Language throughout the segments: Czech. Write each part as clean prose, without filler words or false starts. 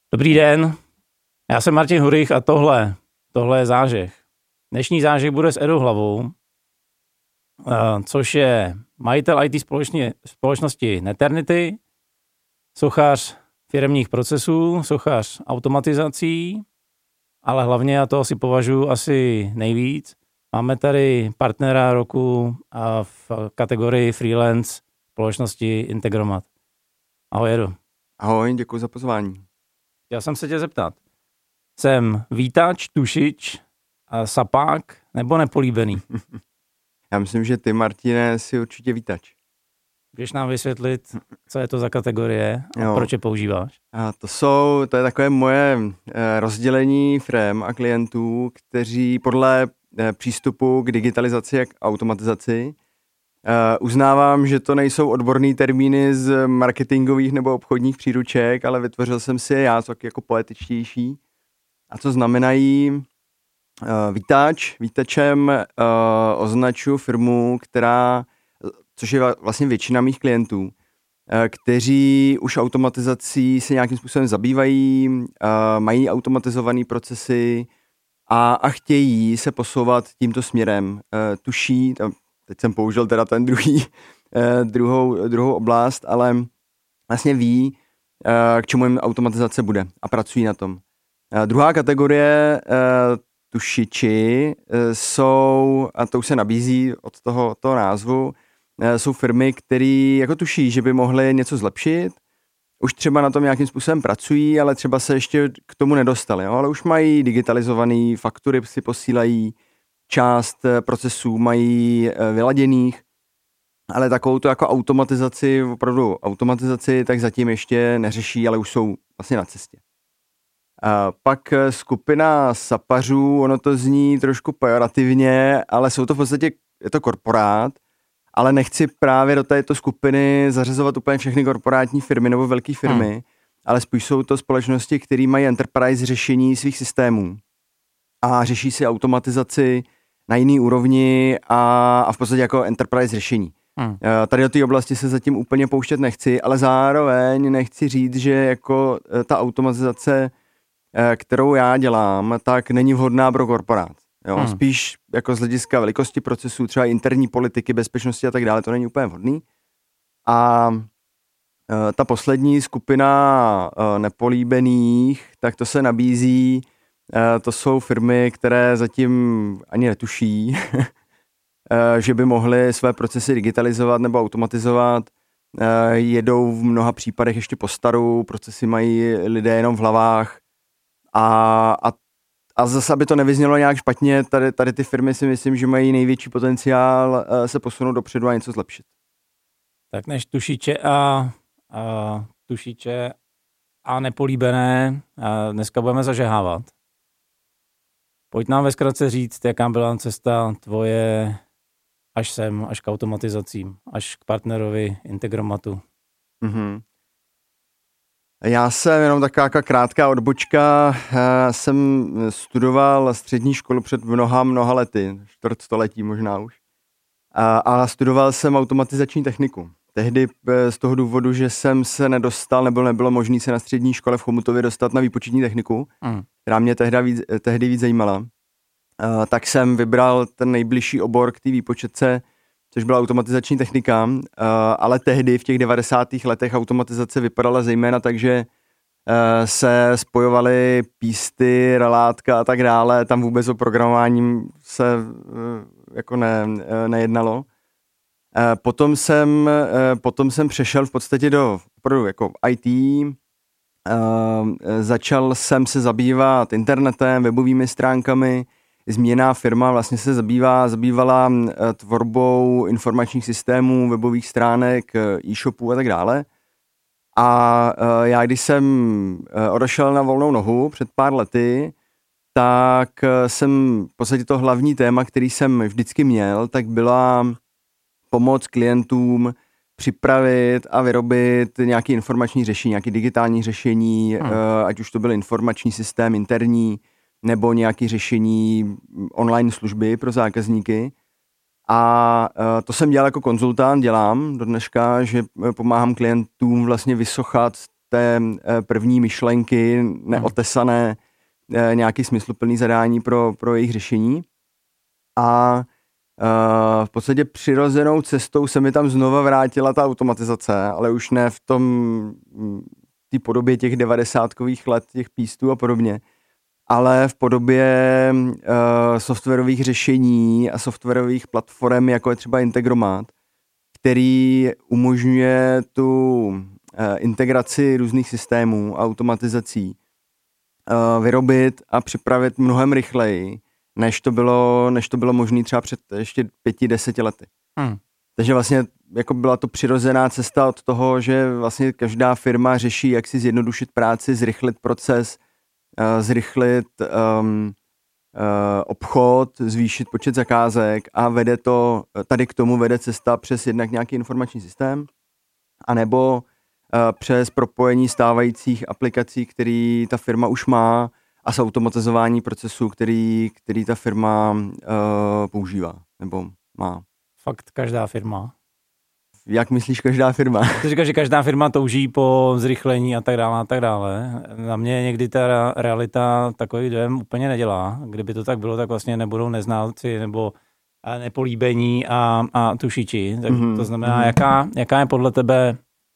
Dobrý den, já jsem Martin Hurich a tohle je zážeh. Dnešní zážeh bude s Edou Hlavou, což je majitel IT společnosti Neternity, sochař firemních procesů, sochař automatizací, ale hlavně, já to asi považuji asi nejvíc, máme tady partnera roku v kategorii freelance společnosti Integromat. Ahoj, Edo. Ahoj, děkuji za pozvání. Chtěl jsem se tě zeptat. Jsem vítač, tušič, sapák nebo nepolíbený? Já myslím, že ty, Martine, jsi určitě vítač. Běž nám vysvětlit, co je to za kategorie a proč je používáš? A to je takové moje rozdělení firem a klientů, kteří podle přístupu k digitalizaci a k automatizaci uznávám, že to nejsou odborný termíny z marketingových nebo obchodních příruček, ale vytvořil jsem si je já, co jako poetičtější. A co znamenají vítačem označuji firmu, což je vlastně většina mých klientů, kteří už automatizací se nějakým způsobem zabývají, mají automatizované procesy a chtějí se posouvat tímto směrem. Tuší, teď jsem použil teda ten druhou oblast, ale vlastně ví, k čemu jim automatizace bude a pracují na tom. Druhá kategorie tušiči jsou, a to už se nabízí od toho názvu, jsou firmy, které jako tuší, že by mohly něco zlepšit, už třeba na tom nějakým způsobem pracují, ale třeba se ještě k tomu nedostali, jo? Ale už mají digitalizované faktury, si posílají, část procesů mají vyladěných, ale takovou to jako automatizaci, tak zatím ještě neřeší, ale už jsou vlastně na cestě. Pak skupina sapařů, ono to zní trošku pejorativně, ale jsou to v podstatě, je to korporát, ale nechci právě do této skupiny zařazovat úplně všechny korporátní firmy nebo velké firmy, ale spíš jsou to společnosti, které mají enterprise řešení svých systémů a řeší si automatizaci na jiný úrovni a v podstatě jako enterprise řešení. Tady do té oblasti se zatím úplně pouštět nechci, ale zároveň nechci říct, že jako ta automatizace, kterou já dělám, tak není vhodná pro korporát. Jo? Spíš jako z hlediska velikosti procesů, třeba interní politiky, bezpečnosti a tak dále, to není úplně vhodný. A ta poslední skupina nepolíbených, tak to se nabízí, to jsou firmy, které zatím ani netuší, že by mohly své procesy digitalizovat nebo automatizovat. Jedou v mnoha případech ještě po staru, procesy mají lidé jenom v hlavách a zase, aby to nevyznělo nějak špatně, tady ty firmy si myslím, že mají největší potenciál se posunout dopředu a něco zlepšit. Tak než tušiče a nepolíbené, dneska budeme zažehávat. Pojď nám ve zkratce říct, jaká byla cesta tvoje až k automatizacím, až k partnerovi Integromatu. Já jsem jenom taková krátká odbočka, jsem studoval střední školu před mnoha lety, čtvrtstoletí možná už, a studoval jsem automatizační techniku. Tehdy z toho důvodu, že jsem se nedostal, nebo nebylo možné se na střední škole v Chomutově dostat na výpočetní techniku, která mě tehdy víc zajímala, tak jsem vybral ten nejbližší obor k té výpočetce, což byla automatizační technika, ale tehdy v těch 90. letech automatizace vypadala zejména tak, že se spojovaly písty, relátka a tak dále, tam vůbec o programováním se jako nejednalo. Potom jsem přešel v podstatě do jako IT, začal jsem se zabývat internetem, webovými stránkami, zmíněná firma vlastně se zabývala tvorbou informačních systémů, webových stránek, e-shopů a tak dále. A já, když jsem odešel na volnou nohu před pár lety, tak jsem v podstatě to hlavní téma, který jsem vždycky měl, tak byla pomoc klientům připravit a vyrobit nějaké informační řešení, nějaké digitální řešení, ať už to byl informační systém interní, nebo nějaké řešení online služby pro zákazníky. A to jsem dělal jako konzultant, dělám do dneška, že pomáhám klientům vlastně vysochat té první myšlenky, neotesané nějaký smysluplný zadání pro jejich řešení. A v podstatě přirozenou cestou se mi tam znova vrátila ta automatizace, ale už ne v té podobě těch 90kových let, těch pístů a podobně, ale v podobě softwarových řešení a softwarových platform, jako je třeba Integromat, který umožňuje tu integraci různých systémů, automatizací, vyrobit a připravit mnohem rychleji, než to bylo možné třeba před ještě 5-10 lety. Takže vlastně jako byla to přirozená cesta od toho, že vlastně každá firma řeší, jak si zjednodušit práci, zrychlit proces, zrychlit obchod, zvýšit počet zakázek a tady k tomu vede cesta přes jednak nějaký informační systém, anebo přes propojení stávajících aplikací, který ta firma už má a zautomatizování procesů, který ta firma používá nebo má. Fakt každá firma. Jak myslíš každá firma? Ty říkáš, že každá firma touží po zrychlení a tak dále a tak dále. Na mě někdy ta realita takový dojem úplně nedělá. Kdyby to tak bylo, tak vlastně nebudou neznalci nebo nepolíbení a tušiči. Tak to znamená, jaká je podle tebe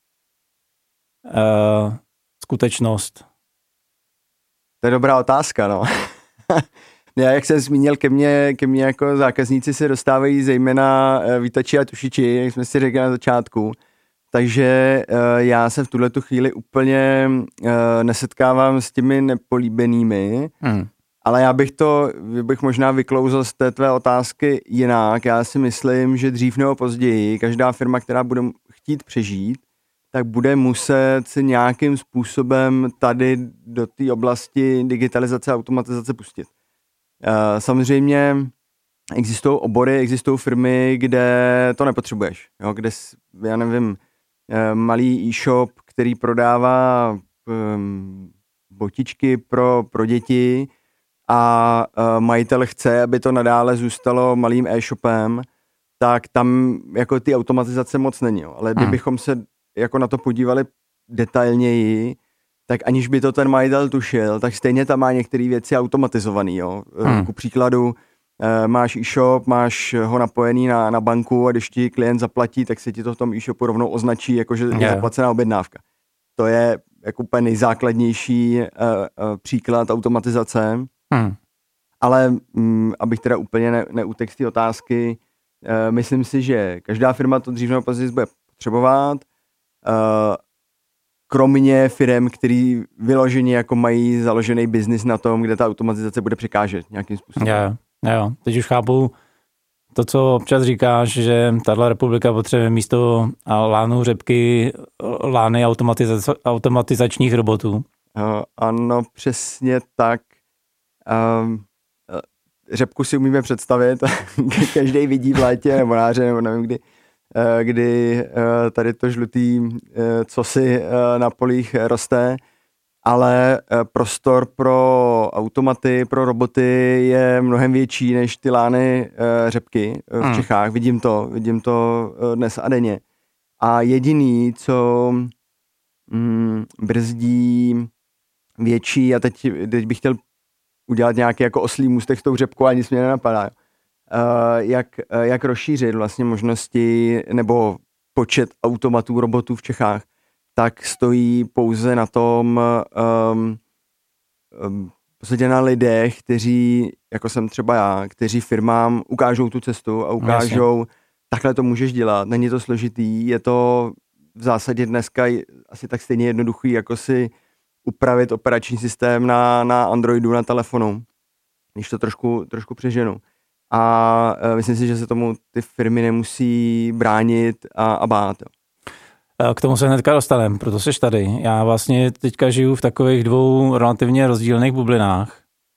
skutečnost? To je dobrá otázka, no. Já, jak jsem zmínil, ke mně jako zákazníci se dostávají zejména vítači a tušiči, jak jsme si řekli na začátku. Takže já se v tuhletu chvíli úplně nesetkávám s těmi nepolíbenými, ale já bych možná vyklouzl z té tvé otázky jinak. Já si myslím, že dřív nebo později každá firma, která bude chtít přežít, tak bude muset si nějakým způsobem tady do té oblasti digitalizace a automatizace pustit. Samozřejmě existují obory, existují firmy, kde to nepotřebuješ. Jo? Kde, já nevím, malý e-shop, který prodává botičky pro děti a majitel chce, aby to nadále zůstalo malým e-shopem, tak tam jako ty automatizace moc není. Jo? Ale kdybychom se jako na to podívali detailněji, tak aniž by to ten majitel tušil, tak stejně tam má některé věci automatizované. Ku příkladu máš e-shop, máš ho napojený na banku a když ti klient zaplatí, tak se ti to v tom e-shopu rovnou označí, jakože je zaplacená objednávka. To je jako úplně nejzákladnější příklad automatizace. Ale abych teda úplně neutekl z té otázky, myslím si, že každá firma to dřív nebo později bude potřebovat, kromě firem, který vyloženě jako mají založený biznis na tom, kde ta automatizace bude překážet nějakým způsobem. Jo. Teď už chápu to, co občas říkáš, že tato republika potřebuje místo lánů řepky lány automatizačních robotů. Ano, přesně tak. Řepku si umíme představit, každý vidí v létě nebo na jaře, nebo nevím kdy tady to žlutý cosi na polích roste, ale prostor pro automaty, pro roboty je mnohem větší než ty lány řepky v Čechách. Vidím to dnes a denně. A jediný, co brzdí větší, a teď bych chtěl udělat nějaký jako oslý můstek s tou řepkou, a nic mě nenapadá. Jak rozšířit vlastně možnosti nebo počet automatů, robotů v Čechách, tak stojí pouze na tom v podstatě na lidech, kteří, jako jsem třeba já, kteří firmám ukážou tu cestu a ukážou, takhle to můžeš dělat, není to složitý, je to v zásadě dneska asi tak stejně jednoduchý, jako si upravit operační systém na Androidu, na telefonu, když to trošku přeženu. A myslím si, že se tomu ty firmy nemusí bránit a bát. K tomu se hnedka dostaneme, proto seš tady. Já vlastně teďka žiju v takových dvou relativně rozdílných bublinách.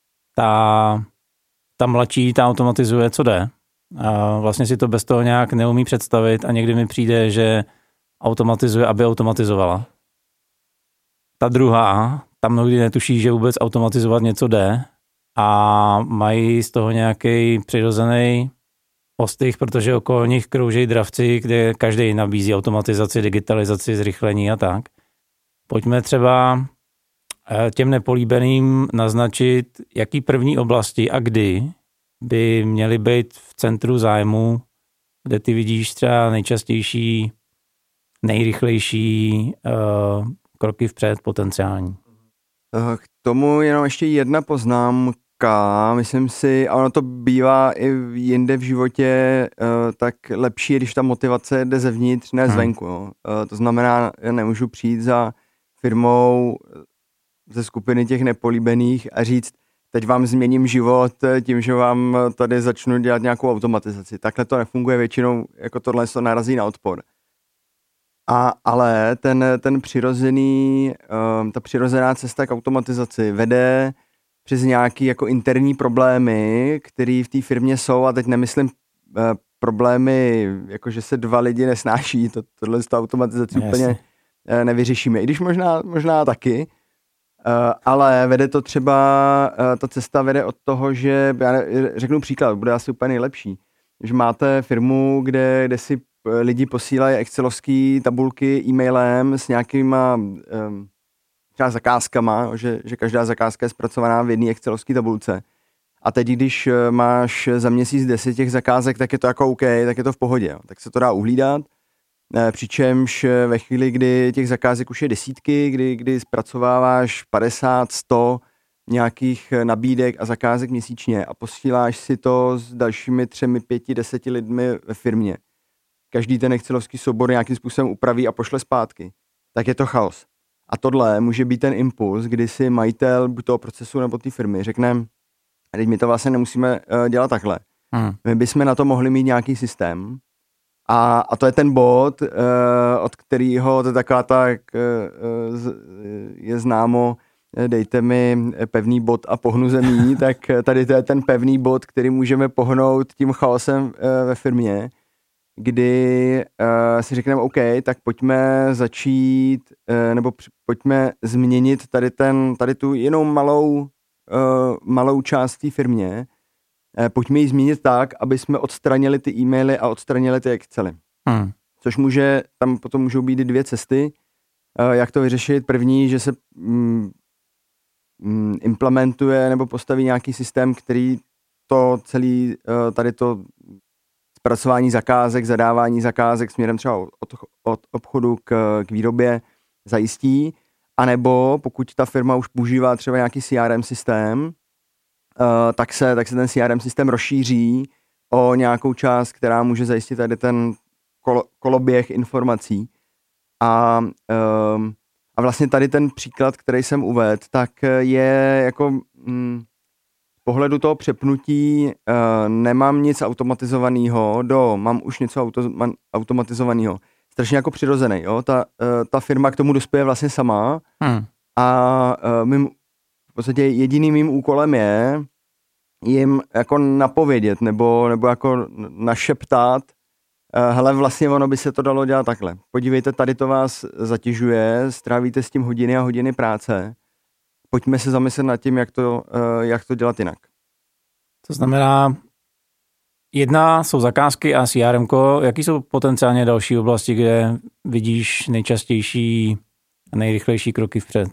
Ta mladší, ta automatizuje, co jde. A vlastně si to bez toho nějak neumí představit a někdy mi přijde, že automatizuje, aby automatizovala. Ta druhá, tam mnohdy netuší, že vůbec automatizovat něco jde a mají z toho nějaký přirozený ostych, protože okolo nich kroužejí dravci, kde každý nabízí automatizaci, digitalizaci, zrychlení a tak. pojďme třeba těm nepolíbeným naznačit, jaký první oblasti a kdy by měly být v centru zájmu, kde ty vidíš třeba nejčastější, nejrychlejší kroky vpřed potenciální. K tomu jenom ještě jedna poznámka. Myslím si, a ono to bývá i jinde v životě, tak lepší je, když ta motivace jde zevnitř, ne zvenku. Jo. To znamená, já nemůžu přijít za firmou ze skupiny těch nepolíbených a říct, teď vám změním život tím, že vám tady začnu dělat nějakou automatizaci. Takhle to nefunguje většinou, jako tohle se narazí na odpor. Ale ten přirozený, ta přirozená cesta k automatizaci vede přes nějaký jako interní problémy, které v té firmě jsou, a teď nemyslím problémy, jako že se 2 lidi nesnáší, tohle z toho automatizaci úplně nevyřešíme, i když možná taky, ale vede to třeba, ta cesta vede od toho, že, já řeknu příklad, bude asi úplně nejlepší, že máte firmu, kde si lidi posílají excelovské tabulky e-mailem s nějakýma třeba zakázkama, že každá zakázka je zpracovaná v jedné excelovské tabulce. A teď, když máš za měsíc 10 těch zakázek, tak je to jako OK, tak je to v pohodě. Jo. Tak se to dá uhlídat. Přičemž ve chvíli, kdy těch zakázek už je desítky, kdy zpracováváš 50, 100 nějakých nabídek a zakázek měsíčně a posíláš si to s dalšími 3, 5, 10 lidmi ve firmě. Každý ten excelovský soubor nějakým způsobem upraví a pošle zpátky, tak je to chaos. A tohle může být ten impuls, kdy si majitel buď toho procesu nebo té firmy řekne, teď my to vlastně nemusíme dělat takhle. My bychom na to mohli mít nějaký systém a to je ten bod, od kterého to je taková tak je známo, dejte mi pevný bod a pohnu zemí, tak tady to je ten pevný bod, který můžeme pohnout tím chaosem ve firmě, kdy si řekneme OK, tak pojďme začít, nebo pojďme změnit tady tu jenom malou část té firmě, pojďme ji změnit tak, aby jsme odstranili ty e-maily a odstranili ty Excely. Což tam potom můžou být 2 cesty, jak to vyřešit. První, že se implementuje nebo postaví nějaký systém, který to celý, tady to zpracování zakázek, zadávání zakázek směrem třeba od obchodu k výrobě zajistí, anebo pokud ta firma už používá třeba nějaký CRM systém, tak se ten CRM systém rozšíří o nějakou část, která může zajistit tady ten koloběh informací. A vlastně tady ten příklad, který jsem uvedl, tak je jako z pohledu toho přepnutí nemám nic automatizovaného mám už něco automatizovaného. Strašně jako přirozený, jo? Ta firma k tomu dospěje vlastně sama a v podstatě jediným mým úkolem je jim jako napovědět nebo jako našeptat, hele, vlastně ono by se to dalo dělat takhle. Podívejte, tady to vás zatěžuje, strávíte s tím hodiny a hodiny práce. Pojďme se zamyslet nad tím, jak to dělat jinak. To znamená, jedna jsou zakázky a CRM-ko. Jaký jsou potenciálně další oblasti, kde vidíš nejčastější a nejrychlejší kroky vpřed?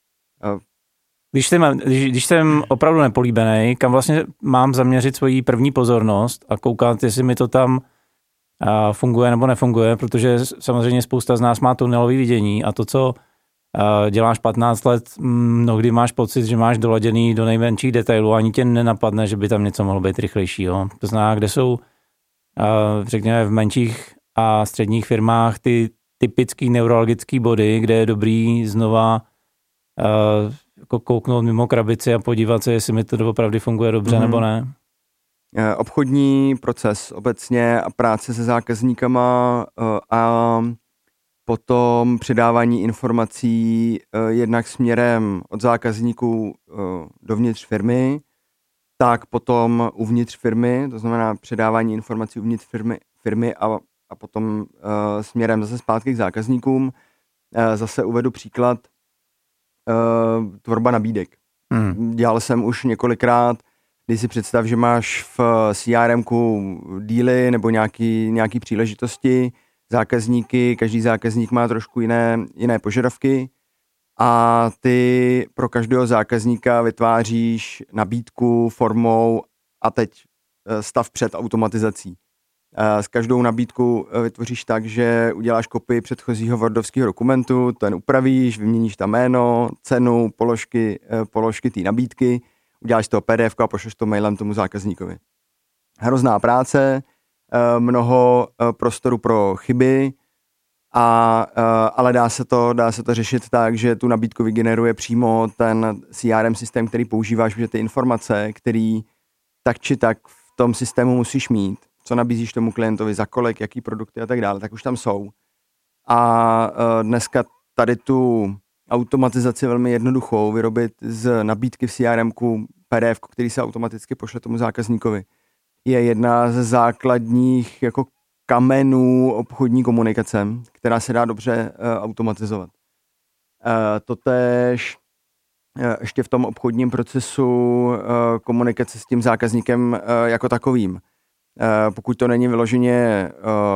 Když jsem opravdu nepolíbený, kam vlastně mám zaměřit svoji první pozornost a koukat, jestli mi to tam funguje nebo nefunguje, protože samozřejmě spousta z nás má tunelový vidění a to, co děláš 15 let, mnohdy máš pocit, že máš doladěný do nejmenších detailů, ani tě nenapadne, že by tam něco mohlo být rychlejšího. To znamená, kde jsou, řekněme, v menších a středních firmách ty typický neurologický body, kde je dobrý znova jako kouknout mimo krabici a podívat se, jestli mi to opravdu funguje dobře nebo ne. Obchodní proces obecně a práce se zákazníkama a potom předávání informací jednak směrem od zákazníků dovnitř firmy, tak potom uvnitř firmy, to znamená předávání informací uvnitř firmy a potom směrem zase zpátky k zákazníkům. Zase uvedu příklad tvorba nabídek. Dělal jsem už několikrát, když si představ, že máš v CRM-ku díly nebo nějaký příležitosti, zákazníky, každý zákazník má trošku jiné požadavky a ty pro každého zákazníka vytváříš nabídku formou a teď stav před automatizací. S každou nabídku vytvoříš tak, že uděláš kopii předchozího wordovského dokumentu, ten upravíš, vyměníš tam jméno, cenu, položky té nabídky, uděláš to PDF a pošleš to mailem tomu zákazníkovi. Hrozná práce, mnoho prostoru pro chyby, ale dá se to řešit tak, že tu nabídku vygeneruje přímo ten CRM systém, který používáš, protože ty informace, který tak či tak v tom systému musíš mít, co nabízíš tomu klientovi, za kolik, jaký produkty a tak dále, tak už tam jsou. A dneska tady tu automatizaci velmi jednoduchou vyrobit z nabídky v CRM-ku PDF, který se automaticky pošle tomu zákazníkovi, je jedna ze základních jako kamenů obchodní komunikace, která se dá dobře automatizovat. Totéž ještě v tom obchodním procesu komunikace s tím zákazníkem jako takovým. Pokud to není vyloženě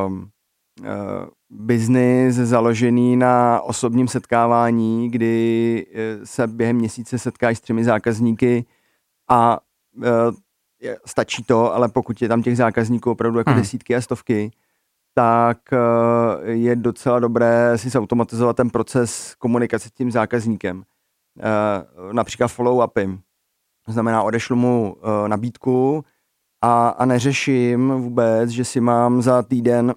biznis založený na osobním setkávání, kdy se během měsíce setkáš s 3 zákazníky a stačí to, ale pokud je tam těch zákazníků opravdu jako desítky a stovky, tak je docela dobré si zautomatizovat ten proces komunikace s tím zákazníkem. Například follow-upy. To znamená, odešlu mu nabídku a neřeším vůbec, že si mám za týden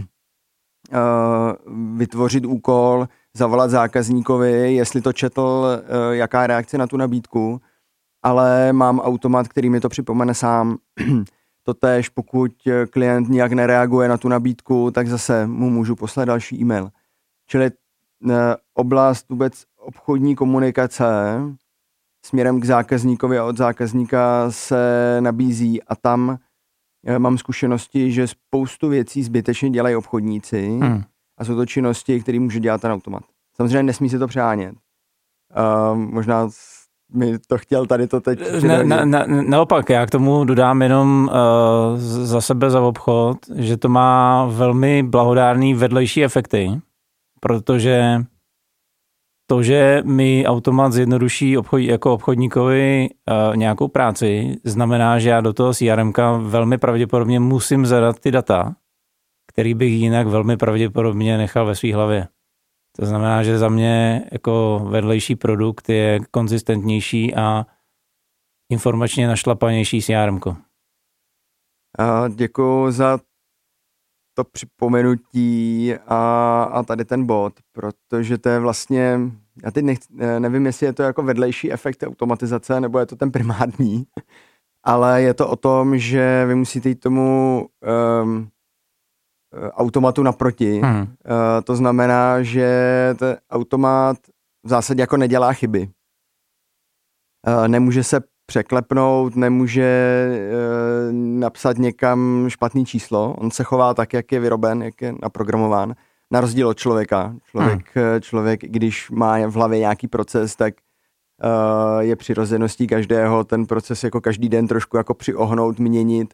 vytvořit úkol, zavolat zákazníkovi, jestli to četl, jaká reakce na tu nabídku, ale mám automat, který mi to připomene sám. Totéž, pokud klient nijak nereaguje na tu nabídku, tak zase mu můžu poslat další e-mail. Čili oblast vůbec obchodní komunikace směrem k zákazníkovi a od zákazníka se nabízí a tam mám zkušenosti, že spoustu věcí zbytečně dělají obchodníci a jsou to činnosti, které může dělat ten automat. Samozřejmě nesmí se to přehánět. Možná mi to chtěl tady to teď. Naopak, já k tomu dodám jenom za sebe, za obchod, že to má velmi blahodárný vedlejší efekty, protože to, že mi automat zjednoduší jako obchodníkovi nějakou práci, znamená, že já do toho CRMka velmi pravděpodobně musím zadat ty data, který bych jinak velmi pravděpodobně nechal ve své hlavě. To znamená, že za mě jako vedlejší produkt je konzistentnější a informačně našlapanější CRMko. Děkuji za to připomenutí a tady ten bod, protože to je vlastně, já teď nevím, jestli je to jako vedlejší efekt automatizace, nebo je to ten primární, ale je to o tom, že vy musíte jít tomu automatu naproti. To znamená, že ten automat v zásadě jako nedělá chyby. Nemůže se překlepnout, nemůže napsat někam špatný číslo. On se chová tak, jak je vyroben, jak je naprogramován. Na rozdíl od člověka. Člověk, když má v hlavě nějaký proces, tak je přirozeností každého ten proces jako každý den trošku jako přiohnout, měnit.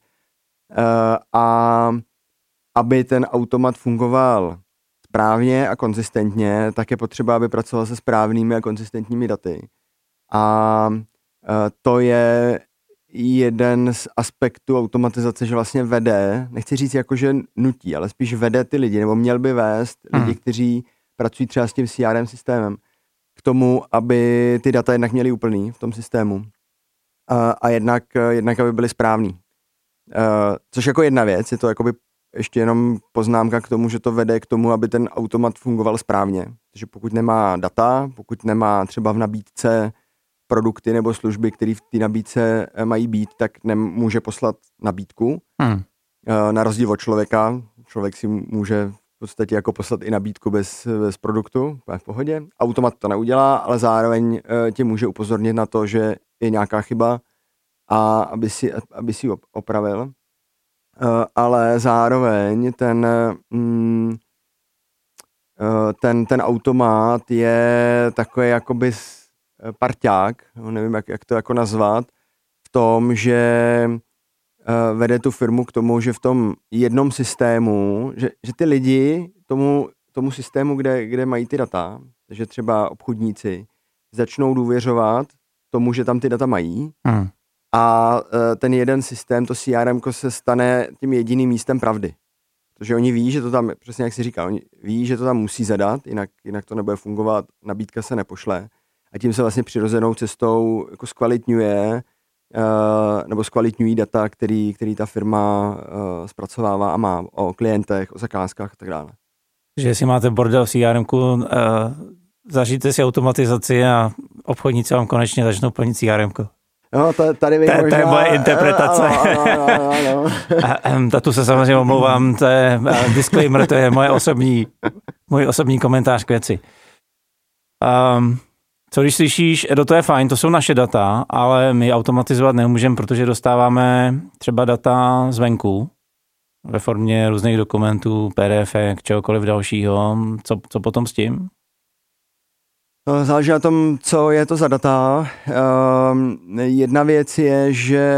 A aby ten automat fungoval správně a konzistentně, tak je potřeba, aby pracoval se správnými a konzistentními daty. A to je jeden z aspektů automatizace, že vlastně vede, nechci říct jako, že nutí, ale spíš vede ty lidi, nebo měl by vést lidi, kteří pracují třeba s tím CRM systémem, k tomu, aby ty data jednak měly úplný v tom systému a jednak aby byly správný. Což jako jedna věc, je to jakoby ještě jenom poznámka k tomu, že to vede k tomu, aby ten automat fungoval správně. Takže pokud nemá data, pokud nemá třeba v nabídce produkty nebo služby, které v té nabídce mají být, tak nemůže poslat nabídku. Na rozdíl od člověka. Člověk si může v podstatě jako poslat i nabídku bez produktu, v pohodě. Automat to neudělá, ale zároveň tě může upozornit na to, že je nějaká chyba a aby si opravil. Ale zároveň ten automat je takový jakoby parťák, nevím, jak to jako nazvat, v tom, že vede tu firmu k tomu, že v tom jednom systému, že ty lidi tomu systému, kde mají ty data, Takže třeba obchodníci začnou důvěřovat tomu, že tam ty data mají a ten jeden systém, to CRM se stane tím jediným místem pravdy. Protože oni ví, že to tam, přesně jak jsi říkal, oni ví, že to tam musí zadat, jinak to nebude fungovat, nabídka se nepošle. A tím se vlastně přirozenou cestou jako zkvalitňuje nebo zkvalitňují data, který ta firma zpracovává a má o klientech, o zakázkách a tak dále. Že jestli máte bordel v CRM-ku, zažijte si automatizaci a obchodníci vám konečně začnou plnit CRM-ku. No, tady bych možná... To je moje interpretace. Ano. Tu se samozřejmě omlouvám, to je disclaimer, to je můj osobní komentář k věci. Co když slyšíš, to je fajn, to jsou naše data, ale my automatizovat nemůžeme, protože dostáváme třeba data zvenku ve formě různých dokumentů, PDF, čehokoliv dalšího. Co potom s tím? Záleží na tom, co je to za data. Jedna věc je, že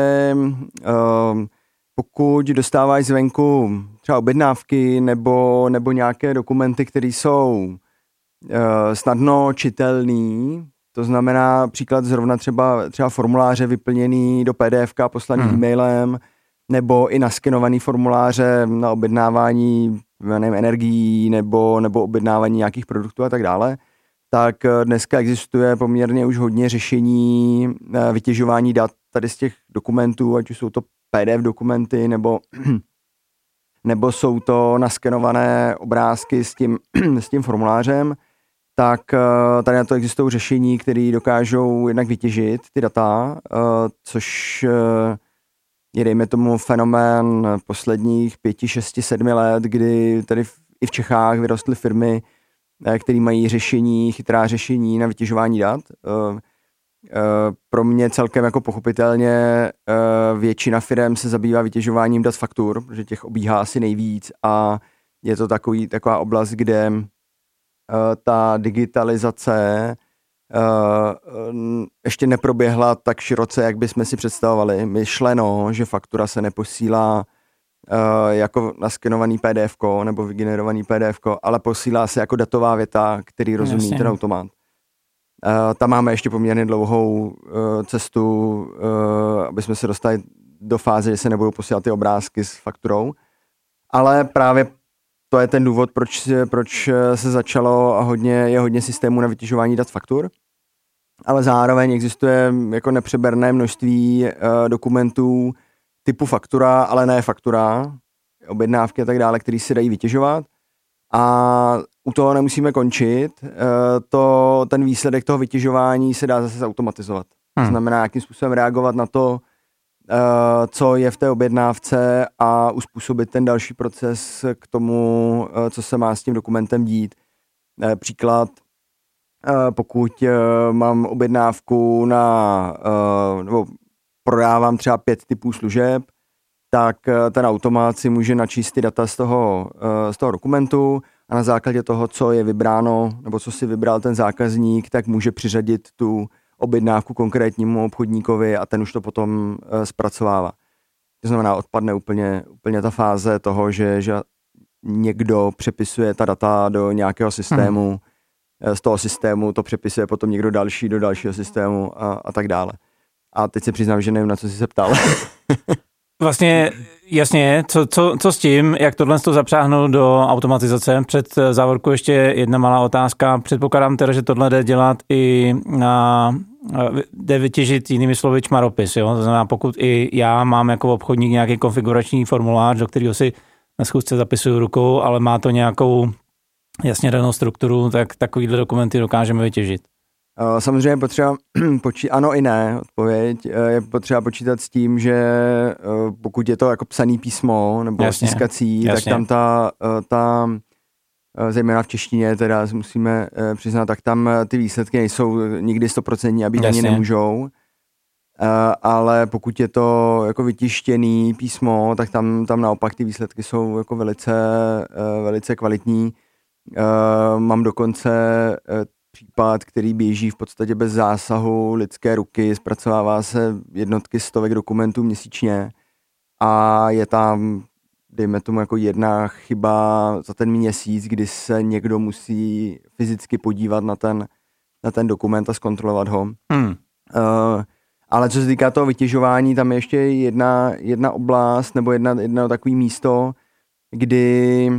pokud dostáváš zvenku třeba objednávky nebo nějaké dokumenty, které jsou snadno čitelný, to znamená příklad zrovna třeba formuláře vyplněný do PDF a poslaný e-mailem, nebo i naskenovaný formuláře na objednávání energií nebo objednávání nějakých produktů a tak dále, tak dneska existuje poměrně už hodně řešení vytěžování dat tady z těch dokumentů, ať už jsou to PDF dokumenty nebo jsou to naskenované obrázky s tím formulářem, tak tady na to existují řešení, které dokážou jednak vytěžit ty data, což je, dejme tomu, fenomén posledních 5, 6, 7 let, kdy tady i v Čechách vyrostly firmy, které mají chytrá řešení na vytěžování dat. Pro mě celkem jako pochopitelně většina firem se zabývá vytěžováním dat faktur, protože těch obíhá asi nejvíc a je to taková oblast, kde ta digitalizace ještě neproběhla tak široce, jak bychom si představovali. Myšleno, že faktura se neposílá jako naskenovaný PDF-ko nebo vygenerovaný PDF-ko, ale posílá se jako datová věta, který rozumí ten automat. Tam máme ještě poměrně dlouhou cestu, aby jsme se dostali do fáze, že se nebudou posílat ty obrázky s fakturou. Ale právě to je ten důvod, proč se začalo a je hodně systémů na vytěžování dat faktur. Ale zároveň existuje jako nepřeberné množství dokumentů typu faktura, ale ne faktura, objednávky a tak dále, které se dají vytěžovat. A u toho nemusíme končit. Ten výsledek toho vytěžování se dá zase automatizovat. To znamená, jakým způsobem reagovat na to, co je v té objednávce a uspůsobit ten další proces k tomu, co se má s tím dokumentem dít. Příklad, pokud mám objednávku nebo prodávám třeba 5 typů služeb, tak ten automat si může načíst ty data z toho dokumentu a na základě toho, co je vybráno, nebo co si vybral ten zákazník, tak může přiřadit tu objednávku konkrétnímu obchodníkovi a ten už to potom zpracovává. To znamená, odpadne úplně ta fáze toho, že někdo přepisuje ta data do nějakého systému, z toho systému to přepisuje potom někdo další do dalšího systému a tak dále. A teď se přiznám, že nevím, na co jsi se ptal. Vlastně jasně, co s tím, jak tohle to zapřáhnout do automatizace? Před závorku ještě jedna malá otázka. Předpokládám teda, že tohle jde dělat i jde vytěžit jinými slovy čmaropis. Jo? To znamená, pokud i já mám jako obchodník nějaký konfigurační formulář, do kterého si na schůzce zapisuju rukou, ale má to nějakou jasně danou strukturu, tak takovýhle dokumenty dokážeme vytěžit. Samozřejmě je potřeba ano i ne, odpověď. Je potřeba počítat s tím, že pokud je to jako psaný písmo nebo stiskací, tak tam ta zejména v češtině, teda musíme přiznat, tak tam ty výsledky nejsou nikdy 100% a být ani nemůžou. Ale pokud je to jako vytištěný písmo, tak tam naopak ty výsledky jsou jako velice kvalitní. Mám dokonce případ, který běží v podstatě bez zásahu lidské ruky, zpracovává se jednotky stovek dokumentů měsíčně a je tam dejme tomu jako jedna chyba za ten měsíc, kdy se někdo musí fyzicky podívat na ten dokument a zkontrolovat ho. Ale co se týká toho vytěžování, tam je ještě jedna oblast nebo jedno takový místo, kdy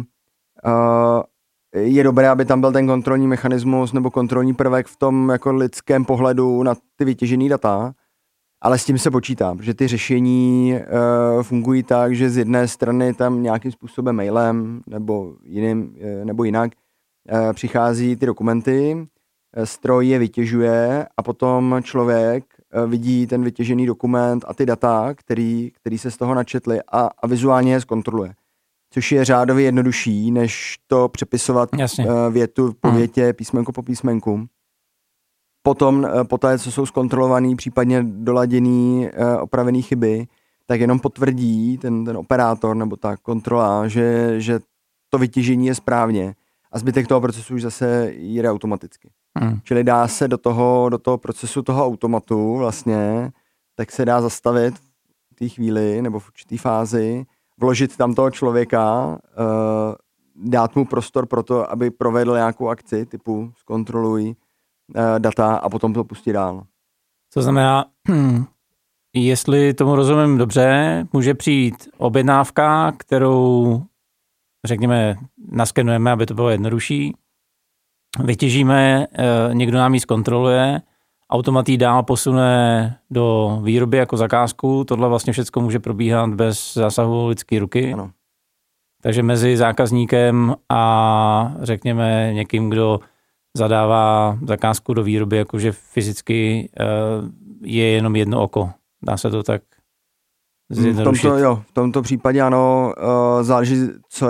je dobré, aby tam byl ten kontrolní mechanismus nebo kontrolní prvek v tom jako lidském pohledu na ty vytěžený data, ale s tím se počítá, protože ty řešení fungují tak, že z jedné strany tam nějakým způsobem mailem nebo jinak přichází ty dokumenty, stroj je vytěžuje a potom člověk vidí ten vytěžený dokument a ty data, který se z toho načetly a vizuálně je zkontroluje. Což je řádově jednodušší, než to přepisovat větu po větě, písmenko po písmenku. Potom, poté, co jsou zkontrolovaný, případně doladěný, opravený chyby, tak jenom potvrdí ten operátor nebo ta kontrola, že to vytěžení je správně a zbytek toho procesu už zase jde automaticky. Čili dá se do toho procesu toho automatu vlastně, tak se dá zastavit v té chvíli nebo v určité fázi, vložit tam toho člověka, dát mu prostor pro to, aby provedl nějakou akci typu zkontroluj data a potom to pustit dál. To znamená, jestli tomu rozumím dobře, může přijít objednávka, kterou, řekněme, naskenujeme, aby to bylo jednodušší, vytěžíme, někdo nám ji zkontroluje, automat ji dál posune do výroby jako zakázku, tohle vlastně všechno může probíhat bez zásahu lidské ruky. Ano. Takže mezi zákazníkem a řekněme někým, kdo zadává zakázku do výroby, jakože fyzicky je jenom jedno oko. Dá se to tak zjednodušit? V tomto případě ano, záleží,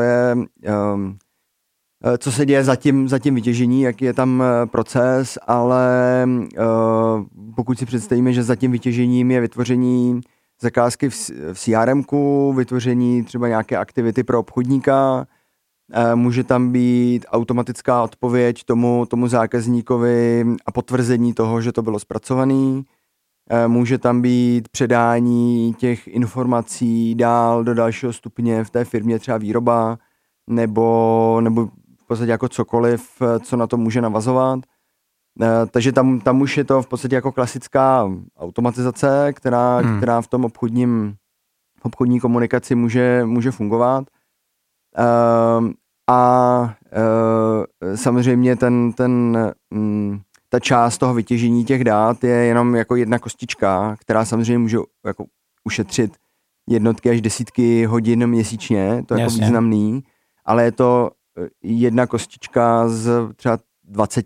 co se děje za tím vytěžení, jaký je tam proces, ale pokud si představíme, že za tím vytěžením je vytvoření zakázky v CRMku, vytvoření třeba nějaké aktivity pro obchodníka, může tam být automatická odpověď tomu zákazníkovi a potvrzení toho, že to bylo zpracované. Může tam být předání těch informací dál do dalšího stupně v té firmě, třeba výroba, nebo v podstatě jako cokoliv, co na to může navazovat. Takže tam už je to v podstatě jako klasická automatizace, která v tom obchodní komunikaci může fungovat. Samozřejmě ta část toho vytěžení těch dat je jenom jako jedna kostička, která samozřejmě může jako ušetřit jednotky až desítky hodin měsíčně, to je jako významný, ale je to jedna kostička z třeba 20,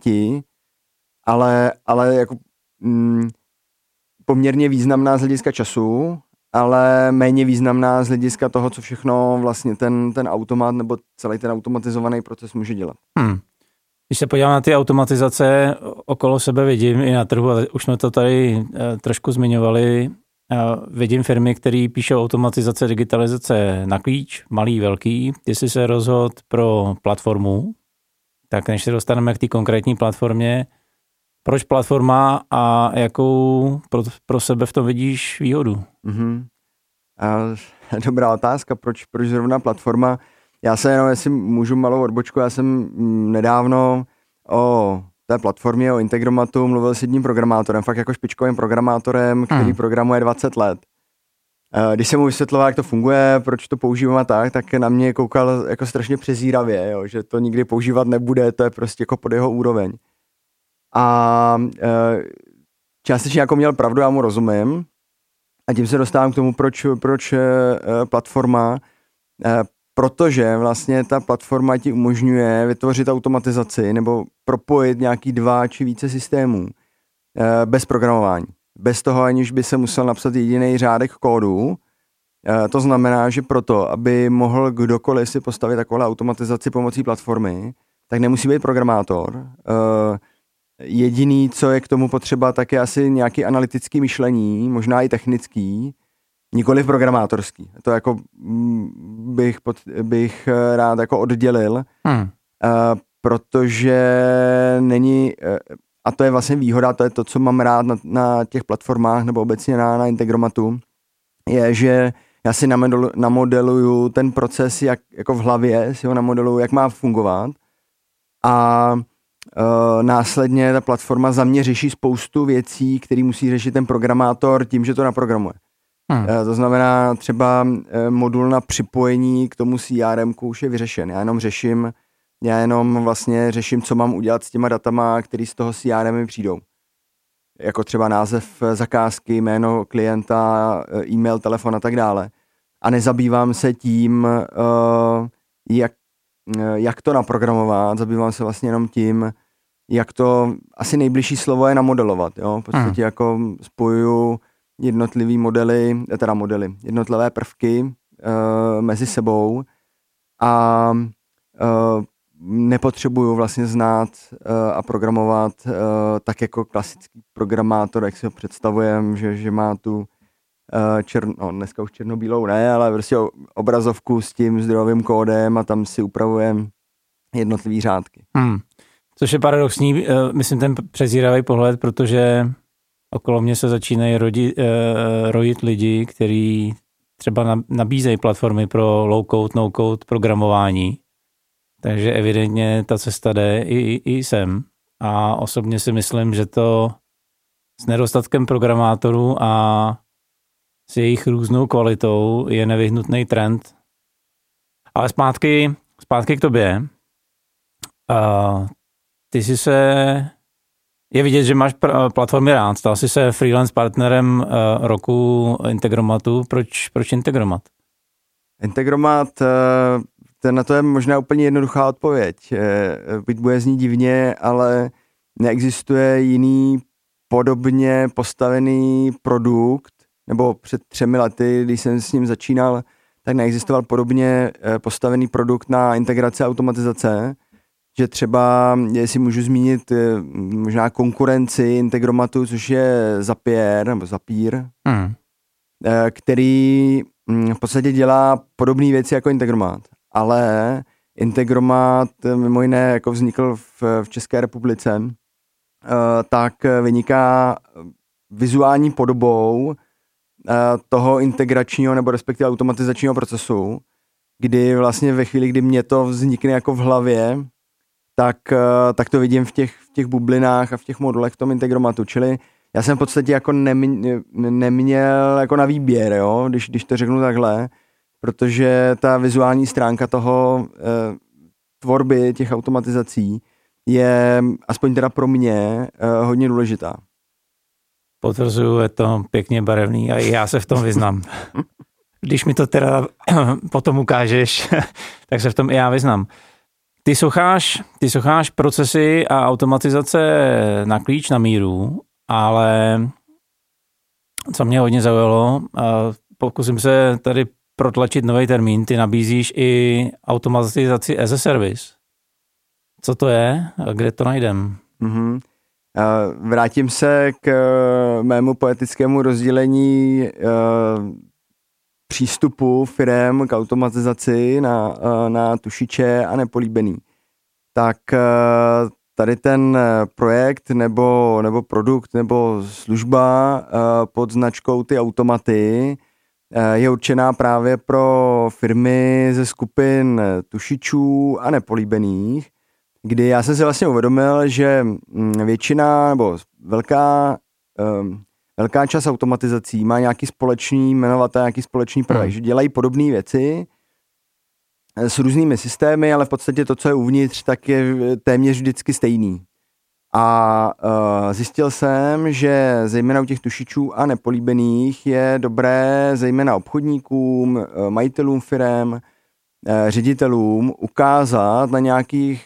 ale jako poměrně významná z hlediska času, ale méně významná z hlediska toho, co všechno vlastně ten automat nebo celý ten automatizovaný proces může dělat. Když se podívám na ty automatizace, okolo sebe vidím i na trhu, ale už jsme to tady trošku zmiňovali, vidím firmy, které píšou automatizace, digitalizace na klíč, malý, velký. Ty jsi se rozhodl pro platformu, tak než se dostaneme k té konkrétní platformě, proč platforma a jakou pro sebe v tom vidíš výhodu? Dobrá otázka, proč zrovna platforma? Já se jenom, jestli můžu malou odbočku, já jsem nedávno o té platformě, o Integromatu mluvil s jedním programátorem, fakt jako špičkovým programátorem, který programuje 20 let. Když jsem mu vysvětloval, jak to funguje, proč to používám tak na mě koukal jako strašně přezíravě, jo, že to nikdy používat nebude, to je prostě jako pod jeho úroveň. A částečně jako měl pravdu, já mu rozumím. A tím se dostávám k tomu, proč platforma, protože vlastně ta platforma ti umožňuje vytvořit automatizaci nebo propojit nějaký 2 či více systémů bez programování. Bez toho, aniž by se musel napsat jediný řádek kódu. To znamená, že proto, aby mohl kdokoliv si postavit takovou automatizaci pomocí platformy, tak nemusí být programátor. Jediný, co je k tomu potřeba, tak je asi nějaký analytický myšlení, možná i technický, nikoliv programátorský. To jako bych rád jako oddělil, protože není, a to je vlastně výhoda, to je to, co mám rád na těch platformách nebo obecně na Integromatu, je, že já si namodeluju ten proces, jak jako v hlavě si ho namodeluju, jak má fungovat a následně ta platforma za mě řeší spoustu věcí, které musí řešit ten programátor tím, že to naprogramuje. To znamená třeba modul na připojení k tomu CRM-ku už je vyřešen. Já jenom vlastně řeším, co mám udělat s těma datama, které z toho CRM přijdou. Jako třeba název zakázky, jméno klienta, e-mail, telefon a tak dále. A nezabývám se tím, jak to naprogramovat, zabývám se vlastně jenom tím, jak to, asi nejbližší slovo je namodelovat, jo? V podstatě jako spojuju jednotlivé prvky mezi sebou a nepotřebuju vlastně znát a programovat tak jako klasický programátor, jak si ho představujeme, že má tu dneska už černobílou ne, ale prostě obrazovku s tím zdrojovým kódem a tam si upravujeme jednotlivý řádky. Což je paradoxní, myslím ten přezíravý pohled, protože okolo mě se začínají rodit lidi, kteří třeba nabízejí platformy pro low-code, no-code programování. Takže evidentně ta cesta jde i sem. A osobně si myslím, že to s nedostatkem programátorů a s jejich různou kvalitou je nevyhnutný trend. Ale zpátky k tobě. Ty jsi je vidět, že máš platformy rád. Stal jsi se freelance partnerem roku Integromatu. Proč Integromat? Integromat, na to je možná úplně jednoduchá odpověď. Byť bude znít divně, ale neexistuje jiný podobně postavený produkt, nebo před 3 lety, když jsem s ním začínal, tak neexistoval podobně postavený produkt na integraci a automatizace, že třeba, jestli můžu zmínit možná konkurenci Integromatu, což je Zapier, který v podstatě dělá podobné věci jako Integromat, ale Integromat mimo jiné jako vznikl v České republice, tak vyniká vizuální podobou toho integračního nebo respektive automatizačního procesu, kdy vlastně ve chvíli, kdy mě to vznikne jako v hlavě, tak to vidím v těch bublinách a v těch modulech v tom Integromatu. Čili já jsem v podstatě jako neměl jako na výběr, jo? Když to řeknu takhle, protože ta vizuální stránka toho tvorby těch automatizací je aspoň teda pro mě hodně důležitá. Potvrzuju, je to pěkně barevný a já se v tom vyznám. Když mi to teda potom ukážeš, tak se v tom i já vyznám. Ty socháš procesy a automatizace na klíč, na míru, ale co mě hodně zaujalo, pokusím se tady protlačit nový termín, ty nabízíš i automatizaci as a service. Co to je a kde to najdem? Vrátím se k mému poetickému rozdělení přístupu firem k automatizaci na tušiče a nepolíbený. Tak tady ten projekt nebo produkt nebo služba pod značkou ty automaty je určená právě pro firmy ze skupin tušičů a nepolíbených, kdy já jsem si vlastně uvědomil, že většina nebo velká část automatizací má nějaký společný jmenovatel, nějaký společný prvek, že dělají podobné věci s různými systémy, ale v podstatě to, co je uvnitř, tak je téměř vždycky stejný. A zjistil jsem, že zejména u těch tušičů a nepolíbených je dobré zejména obchodníkům, majitelům firem, ředitelům ukázat na nějakých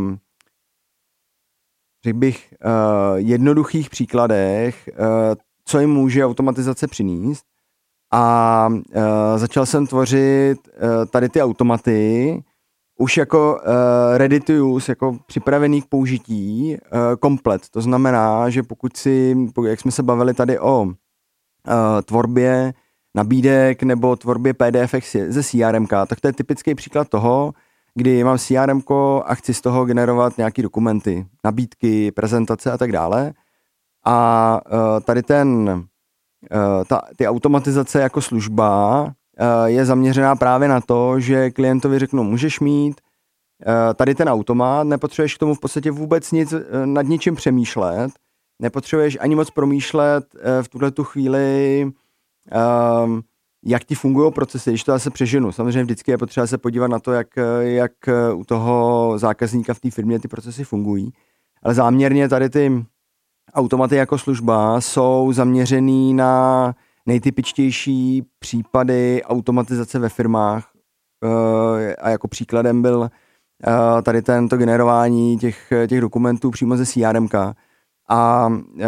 řekl bych jednoduchých příkladech, co jim může automatizace přinést. A začal jsem tvořit tady ty automaty už jako ready to use, jako připravený k použití komplet. To znamená, že jak jsme se bavili tady o tvorbě nabídek nebo tvorbě PDF ze CRM, tak to je typický příklad toho, kdy mám CRM a chci z toho generovat nějaký dokumenty, nabídky, prezentace a tak dále. A tady ty automatizace jako služba je zaměřená právě na to, že klientovi řeknou, můžeš mít tady ten automat, nepotřebuješ k tomu v podstatě vůbec nic nad ničím přemýšlet, nepotřebuješ ani moc promýšlet v tuhletu chvíli, jak ti fungují procesy, když to zase přeženu. Samozřejmě vždycky je potřeba se podívat na to, jak u toho zákazníka v té firmě ty procesy fungují. Ale záměrně tady ty automaty jako služba jsou zaměřený na nejtypičtější případy automatizace ve firmách. A jako příkladem byl tady tento generování těch dokumentů přímo ze CRMka. A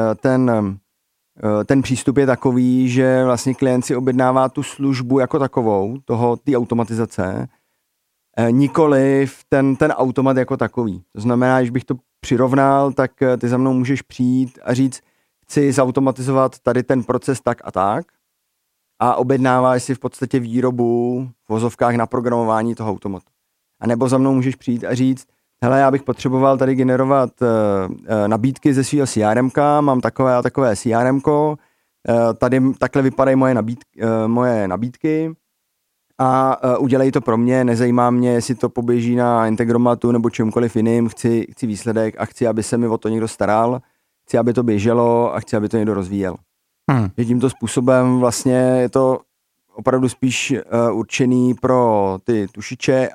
ten přístup je takový, že vlastně klient si objednává tu službu jako takovou, té automatizace, nikoliv ten automat jako takový. To znamená, když bych to přirovnal, tak ty za mnou můžeš přijít a říct, chci zautomatizovat tady ten proces tak a objednáváš si v podstatě výrobu v vozovkách na programování toho automatu. A nebo za mnou můžeš přijít a říct, hele, já bych potřeboval tady generovat nabídky ze svého CRMka, mám takové a takové CRMko, tady takhle vypadají moje nabídky a udělej to pro mě, nezajímá mě, jestli to poběží na Integromatu nebo čemkoliv jiným, chci výsledek a chci, aby se mi o to někdo staral, chci, aby to běželo a chci, aby to někdo rozvíjel. Že tímto způsobem vlastně je to opravdu spíš určený pro ty tušiče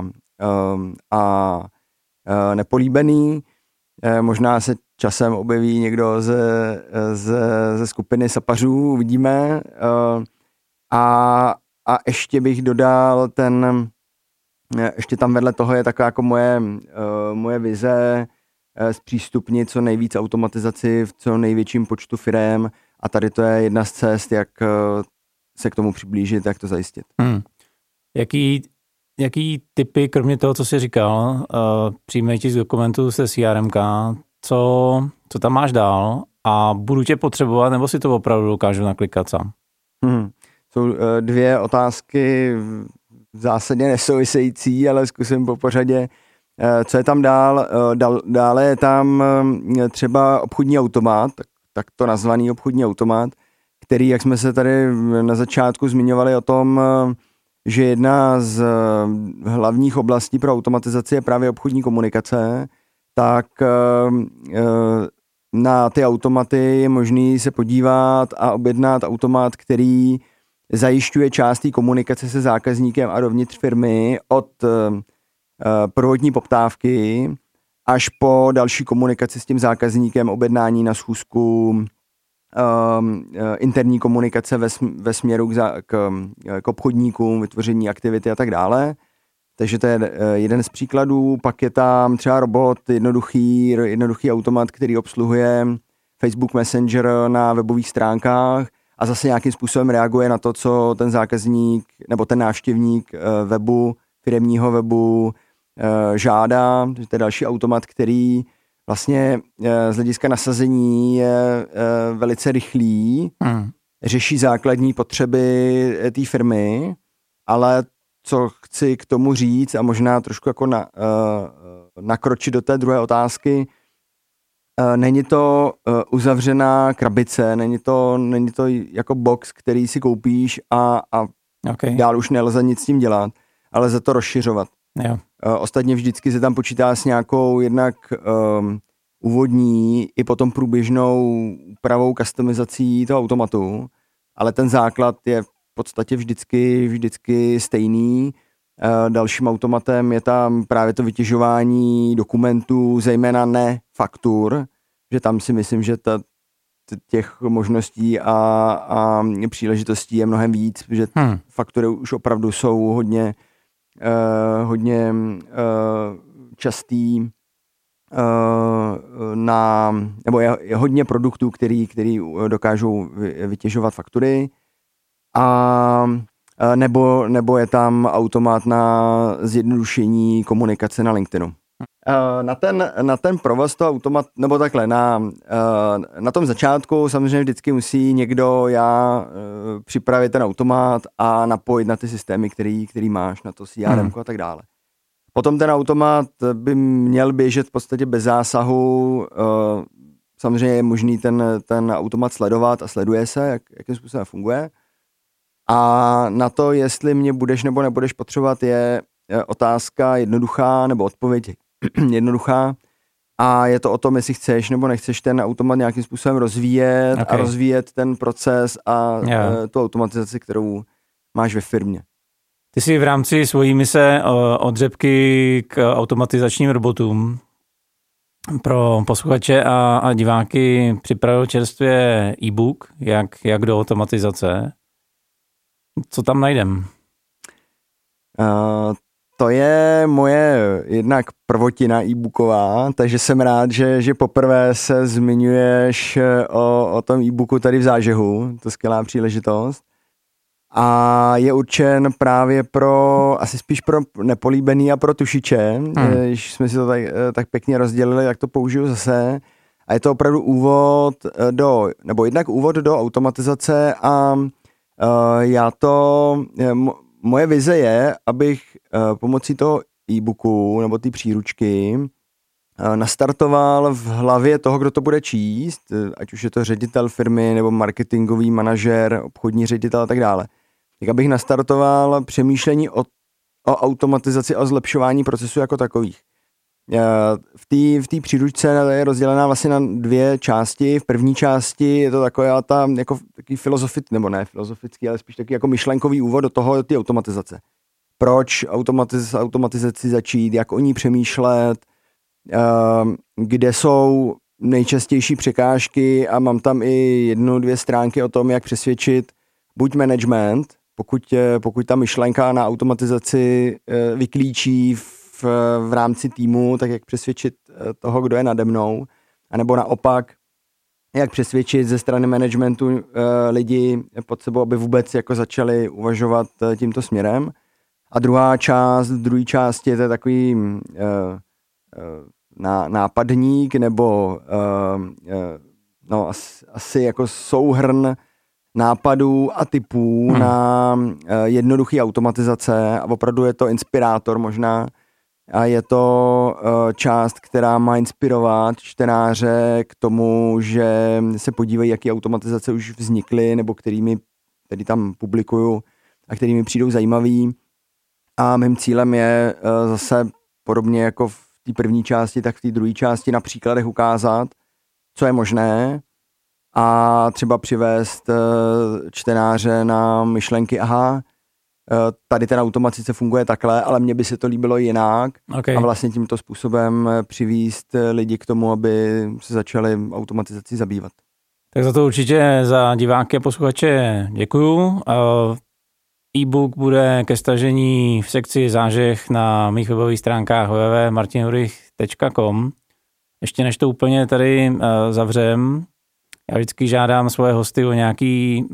a nepolíbený. Možná se časem objeví někdo ze skupiny sapařů, uvidíme. A ještě bych dodal ještě tam vedle toho je taková jako moje vize zpřístupnit co nejvíc automatizaci v co největším počtu firem a tady to je jedna z cest, jak se k tomu přiblížit, jak to zajistit. Jaký typy, kromě toho, co jsi říkal, přijmej ti z dokumentu se CRMK, co tam máš dál a budu tě potřebovat, nebo si to opravdu dokážu naklikat sám? Jsou dvě otázky v zásadě nesouvisející, ale zkusím po pořadě. Co je tam dál? Dále je tam třeba obchodní automat, tak to nazvaný obchodní automat, který, jak jsme se tady na začátku zmiňovali o tom, že jedna z hlavních oblastí pro automatizaci je právě obchodní komunikace, tak na ty automaty je možný se podívat a objednat automat, který zajišťuje část té komunikace se zákazníkem a dovnitř firmy od prvotní poptávky až po další komunikaci s tím zákazníkem, objednání na schůzku, interní komunikace ve směru k obchodníkům, vytvoření aktivity a tak dále. Takže to je jeden z příkladů. Pak je tam třeba robot, jednoduchý automat, který obsluhuje Facebook Messenger na webových stránkách a zase nějakým způsobem reaguje na to, co ten zákazník nebo ten návštěvník webu, firemního webu žádá. To je další automat, který vlastně z hlediska nasazení je velice rychlý, řeší základní potřeby té firmy, ale co chci k tomu říct a možná trošku jako nakročit do té druhé otázky, není to uzavřená krabice, není to jako box, který si koupíš a dál už nelze nic s tím dělat, ale za to rozšiřovat. Jo. Ostatně vždycky se tam počítá s nějakou jednak úvodní i potom průběžnou úpravou, customizací toho automatu, ale ten základ je v podstatě vždycky stejný. Dalším automatem je tam právě to vytěžování dokumentů, zejména ne faktur, že tam si myslím, že těch možností a příležitostí je mnohem víc, že faktury už opravdu jsou hodně častý nebo je hodně produktů, který dokážou vytěžovat faktury a nebo je tam automat na zjednodušení komunikace na LinkedInu. Na ten provoz toho automat, nebo takhle, na tom začátku samozřejmě vždycky musí někdo připravit ten automat a napojit na ty systémy, který máš, na to CRM a tak dále. Potom ten automat by měl běžet v podstatě bez zásahu. Samozřejmě je možný ten automat sledovat a sleduje se, jakým způsobem funguje. A na to, jestli mě budeš nebo nebudeš potřebovat, je otázka jednoduchá, nebo odpověď jednoduchá. A je to o tom, jestli chceš nebo nechceš ten automat nějakým způsobem rozvíjet a rozvíjet ten proces a tu automatizaci, kterou máš ve firmě. Ty jsi v rámci svojí mise od řepky k automatizačním robotům pro posluchače a diváky připravil čerstvě e-book, jak do automatizace. Co tam najdem? To je moje jednak prvotina e-booková, takže jsem rád, že poprvé se zmiňuješ o tom e-booku tady v Zážehu. To je skvělá příležitost. A je určen právě asi spíš pro nepolíbený a pro tušiče, když jsme si to tak pěkně rozdělili, jak to použiju zase. A je to opravdu jednak úvod do automatizace a moje vize je, abych pomocí toho e-booku nebo té příručky nastartoval v hlavě toho, kdo to bude číst, ať už je to ředitel firmy nebo marketingový manažer, obchodní ředitel a tak dále. Tak abych nastartoval přemýšlení o automatizaci a zlepšování procesu jako takových. V té příručce je rozdělená vlastně na dvě části. V první části je to taková jako taký filozofický, ale spíš taky jako myšlenkový úvod do toho, ty automatizace. Proč automatizaci začít, jak o ní přemýšlet, kde jsou nejčastější překážky a mám tam i 1-2 stránky o tom, jak přesvědčit buď management, pokud ta myšlenka na automatizaci vyklíčí v rámci týmu, tak jak přesvědčit toho, kdo je nade mnou, anebo naopak, jak přesvědčit ze strany managementu lidi pod sebou, aby vůbec jako začali uvažovat tímto směrem. A druhá část je to takový nápadník nebo asi jako souhrn nápadů a typů na jednoduché automatizace a opravdu je to inspirátor možná a je to část, která má inspirovat čtenáře k tomu, že se podívají, jaké automatizace už vznikly nebo kterými tam publikuju a kterými přijdou zajímavý. A mým cílem je zase podobně jako v té první části, tak v té druhé části na příkladech ukázat, co je možné a třeba přivést čtenáře na myšlenky, tady ten automatizace funguje takhle, ale mně by se to líbilo jinak a vlastně tímto způsobem přivést lidi k tomu, aby se začali automatizací zabývat. Tak za to určitě za diváky a posluchače děkuju. E-book bude ke stažení v sekci Zážeh na mých webových stránkách www.martinhurich.com. Ještě než to úplně tady zavřem, já vždycky žádám svoje hosty o nějaký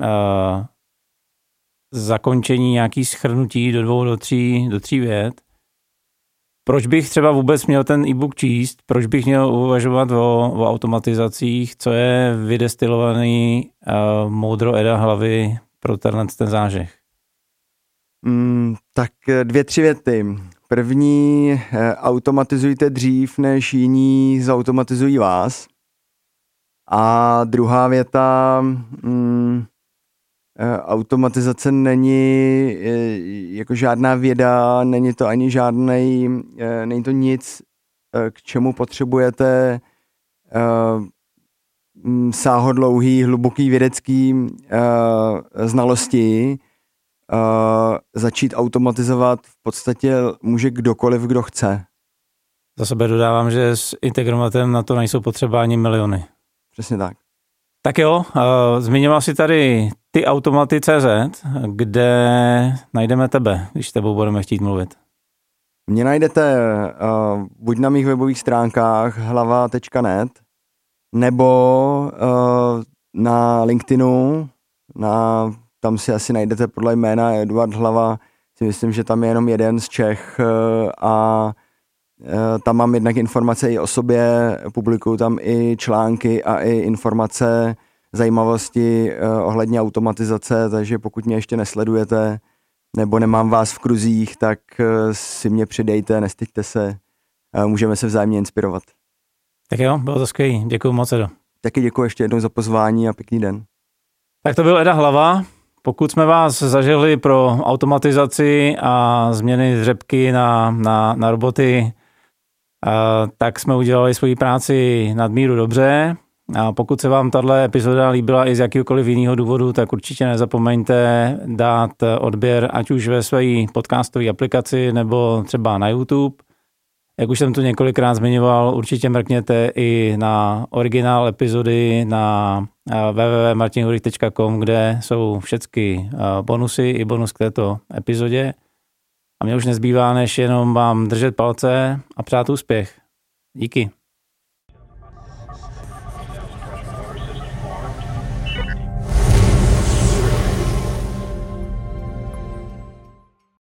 zakončení, nějaký shrnutí do 2 do 3 vět. Proč bych třeba vůbec měl ten e-book číst? Proč bych měl uvažovat o automatizacích? Co je vydestilovaný moudro Eda hlavy pro ten zážeh? Tak 2-3 věty. První, automatizujte dřív, než jiní zautomatizují vás. A druhá věta, automatizace není jako žádná věda, není to ani není to nic, k čemu potřebujete sáhodlouhý, hluboký vědecký znalosti. Začít automatizovat v podstatě může kdokoliv, kdo chce. Za sebe dodávám, že s Integromatem na to nejsou potřeba ani miliony. Přesně tak. Tak jo, zmiňoval si tady tyautomaty.cz, kde najdeme tebe, když s tebou budeme chtít mluvit. Mě najdete buď na mých webových stránkách hlava.net nebo na LinkedInu, tam si asi najdete podle jména Eduard Hlava, si myslím, že tam je jenom jeden z Čech a tam mám jednak informace i o sobě, publikuju tam i články a i informace, zajímavosti ohledně automatizace, takže pokud mě ještě nesledujete nebo nemám vás v kruzích, tak si mě přidejte, nestyďte se, můžeme se vzájemně inspirovat. Tak jo, bylo to skvělý, děkuju moc, Edo. Taky děkuji ještě jednou za pozvání a pěkný den. Tak to byl Eda Hlava, Pokud jsme vás zažili pro automatizaci a změny řepky na roboty, tak jsme udělali svoji práci nadmíru dobře. A pokud se vám tato epizoda líbila i z jakýkoliv jiného důvodu, tak určitě nezapomeňte dát odběr ať už ve své podcastové aplikaci nebo třeba na YouTube. Jak už jsem tu několikrát zmiňoval, určitě mrkněte i na originál epizody na www.martinhurich.com, kde jsou všechny bonusy i bonus k této epizodě. A mě už nezbývá, než jenom vám držet palce a přát úspěch. Díky.